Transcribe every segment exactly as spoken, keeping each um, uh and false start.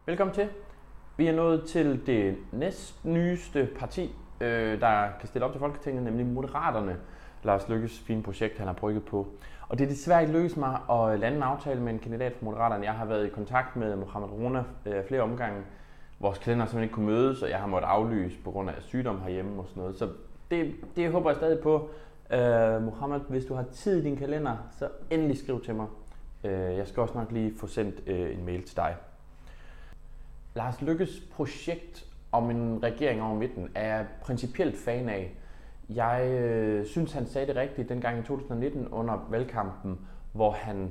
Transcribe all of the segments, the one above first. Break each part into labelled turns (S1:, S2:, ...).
S1: Velkommen til. Vi er nået til det næstnyeste parti, øh, der kan stille op til Folketinget, nemlig Moderaterne. Lars Løkkes fine projekt, han har brygget på. Og det er desværre ikke lykkedes mig at lande en aftale med en kandidat for Moderaterne. Jeg har været i kontakt med Mohamed Rona øh, flere omgange. Vores kalender simpelthen ikke kunne mødes, og jeg har måttet aflyse på grund af sygdom herhjemme og sådan noget. Så det, det håber jeg stadig på. Øh, Mohamed, hvis du har tid i din kalender, så endelig skriv til mig. Øh, jeg skal også nok lige få sendt øh, en mail til dig. Lars Løkkes projekt om en regering over midten er jeg principielt fan af. Jeg øh, synes, han sagde det rigtigt dengang i to tusind nitten under valgkampen, hvor han,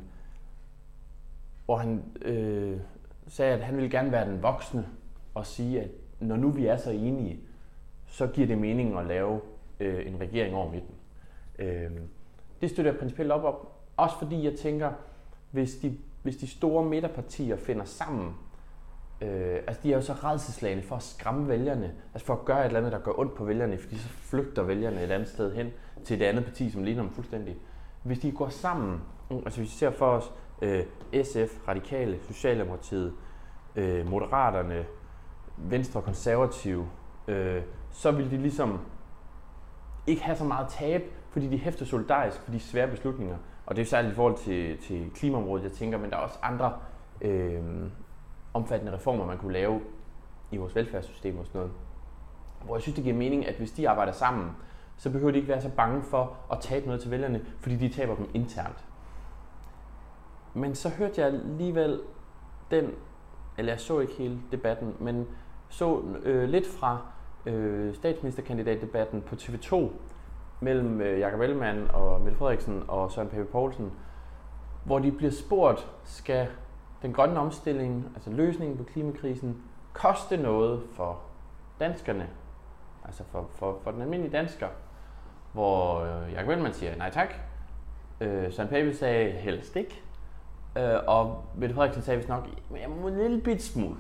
S1: hvor han øh, sagde, at han ville gerne være den voksne og sige, at når nu vi er så enige, så giver det mening at lave øh, en regering over midten. Øh, det støtter jeg principielt op op, også fordi jeg tænker, hvis de, hvis de store midterpartier finder sammen, Øh, altså de er jo så rædselslagne for at skræmme vælgerne, altså for at gøre et eller andet, der gør ondt på vælgerne, fordi så flygter vælgerne et andet sted hen til det andet parti, som ligner dem fuldstændig. Hvis de går sammen, altså hvis vi ser for os øh, S F, Radikale, Socialdemokratiet, øh, Moderaterne, Venstre og Konservative, øh, så vil de ligesom ikke have så meget tab, fordi de hæfter solidarisk for de svære beslutninger. Og det er jo særligt i forhold til, til klimaområdet, jeg tænker, men der er også andre øh, omfattende reformer, man kunne lave i vores velfærdssystem og sådan noget. Hvor jeg synes, det giver mening, at hvis de arbejder sammen, så behøver de ikke være så bange for at tabe noget til vælgerne, fordi de taber dem internt. Men så hørte jeg alligevel den, eller jeg så ikke hele debatten, men så øh, lidt fra øh, statsministerkandidatdebatten på T V to mellem øh, Jakob Ellemann og Mette Frederiksen og Søren Pape Poulsen, hvor de bliver spurgt, skal den grønne omstilling, altså løsningen på klimakrisen, koste noget for danskerne, altså for, for, for den almindelige dansker, hvor øh, Jakob Ellemann siger nej tak, øh, Søren Pape sagde helst ikke, øh, og Mette Frederiksen sagde vist nok, jeg må en lille bit smule.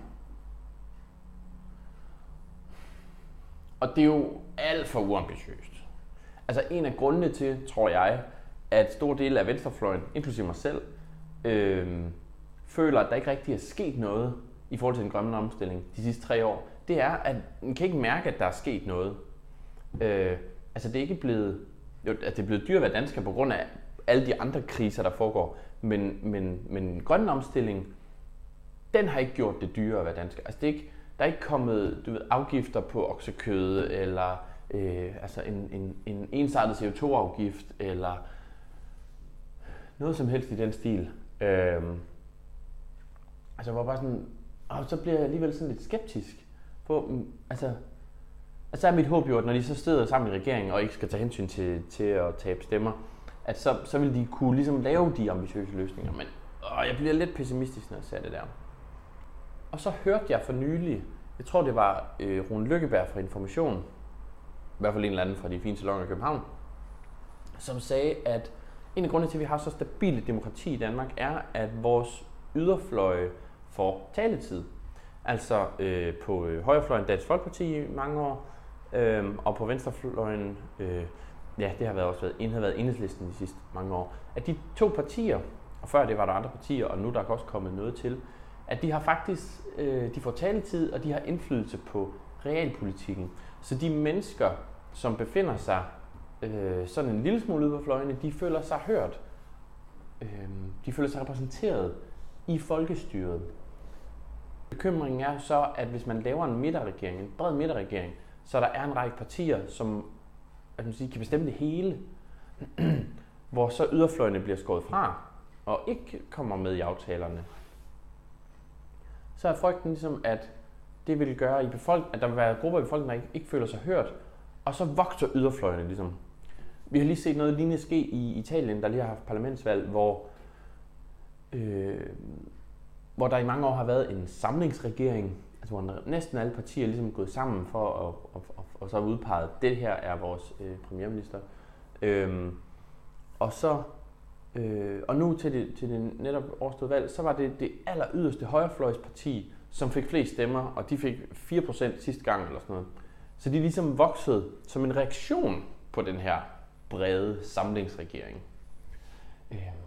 S1: Og det er jo alt for uambitiøst. Altså en af grundene til, tror jeg, at store dele af venstrefløjen, inklusive mig selv, øh, føler, at der ikke rigtig er sket noget i forhold til den grønne omstilling de sidste tre år, det er, at man kan ikke mærke, at der er sket noget. Øh, altså det er ikke blevet, jo, at det er blevet dyrt at være dansker på grund af alle de andre kriser, der foregår, men, men, men grønne omstilling, den har ikke gjort det dyrere at være dansker. Altså det er ikke, der er ikke kommet du ved, afgifter på oksekød, eller øh, altså en, en, en ensartet C O to afgift, eller noget som helst i den stil. Øh, Altså, hvor bare sådan, og så bliver jeg alligevel sådan lidt skeptisk på, altså, altså er mit håb jo, at når de så sidder sammen i regeringen og ikke skal tage hensyn til, til at tabe stemmer, at så, så vil de kunne ligesom lave de ambitiøse løsninger, men åh, jeg bliver lidt pessimistisk, når jeg ser det der. Og så hørte jeg for nylig, jeg tror det var øh, Rune Lykkeberg fra Information, i hvert fald en eller anden fra de fine salonger i København, som sagde, at en af grundene til, at vi har så stabilt demokrati i Danmark, er, at vores yderfløje for taletid. Altså øh, på øh, højrefløjen Dansk Folkeparti i mange år, øh, og på venstrefløjen, øh, ja, det har været også været, en har været Enhedslisten de sidste mange år. At de to partier, og før det var der andre partier, og nu der er også kommet noget til, at de har faktisk, øh, de får taletid, og de har indflydelse på realpolitikken. Så de mennesker, som befinder sig øh, sådan en lille smule ude på fløjene, de føler sig hørt. Øh, de føler sig repræsenteret i folkestyret. Bekymringen er så, at hvis man laver en midterregering, en bred midterregering, så der er en række partier, som at man siger, kan bestemme det hele, hvor så yderfløjene bliver skåret fra, og ikke kommer med i aftalerne. Så er frygten ligesom, at det vil gøre, i befolk- at der vil være grupper i befolkningen, der ikke, ikke føler sig hørt, og så vokser yderfløjene ligesom. Vi har lige set noget lignende ske i Italien, der lige har haft parlamentsvalg, hvor Øh, hvor der i mange år har været en samlingsregering, altså hvor næsten alle partier ligesom er gået sammen for at og, og, og så udpeget, det her er vores øh, premierminister. Øh, og så øh, og nu til det, til det netop overståede valg, så var det det aller yderste højrefløjsparti, som fik flest stemmer, og de fik fire procent sidste gang eller sådan noget. Så de ligesom voksede som en reaktion på den her brede samlingsregering. Øh.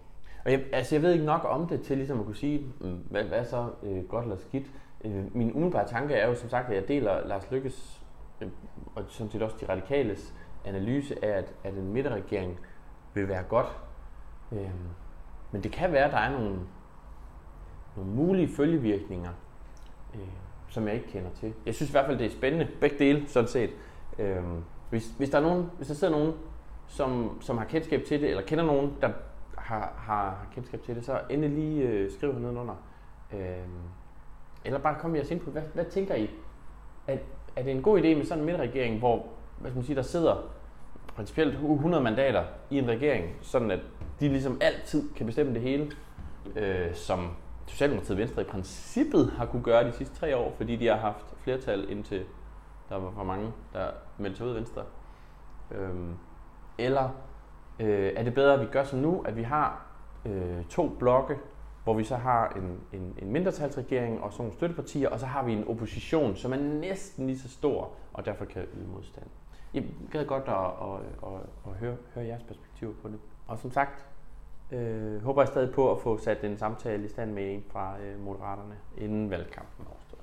S1: Og jeg, altså jeg ved ikke nok om det til ligesom at kunne sige, hvad, hvad så øh, godt eller skidt. Øh, min umiddelbare tanke er jo som sagt, at jeg deler Lars Løkkes øh, og sådan set også de radikales analyse af, at, at en midterregering vil være godt. Øh, men det kan være, at der er nogle, nogle mulige følgevirkninger, øh, som jeg ikke kender til. Jeg synes i hvert fald, det er spændende, begge dele sådan set. Øh, hvis, hvis, der er nogen, hvis der sidder nogen, som, som har kendskab til det, eller kender nogen, der har, har kendskab til det, så endelig lige øh, skriv nedenunder. Øh, eller bare kom med jeres input. Hvad, hvad tænker I? Er, er det en god idé med sådan en midterregering, hvor hvad skal man sige, der sidder principielt hundrede mandater i en regering, sådan at de ligesom altid kan bestemme det hele, øh, som Socialdemokratiet og Venstre i princippet har kunne gøre de sidste tre år, fordi de har haft flertal indtil der var for mange, der meldte sig ud af Venstre. Øh, eller øh, er det bedre, at vi gør som nu, at vi har øh, to blokke, hvor vi så har en, en, en mindretalsregering og sådan nogle støttepartier, og så har vi en opposition, som er næsten lige så stor, og derfor kan yde modstand. Jeg gad godt at, at, at, at høre, høre jeres perspektiver på det. Og som sagt, øh, håber jeg stadig på at få sat en samtale i stand med en fra øh, Moderaterne inden valgkampen.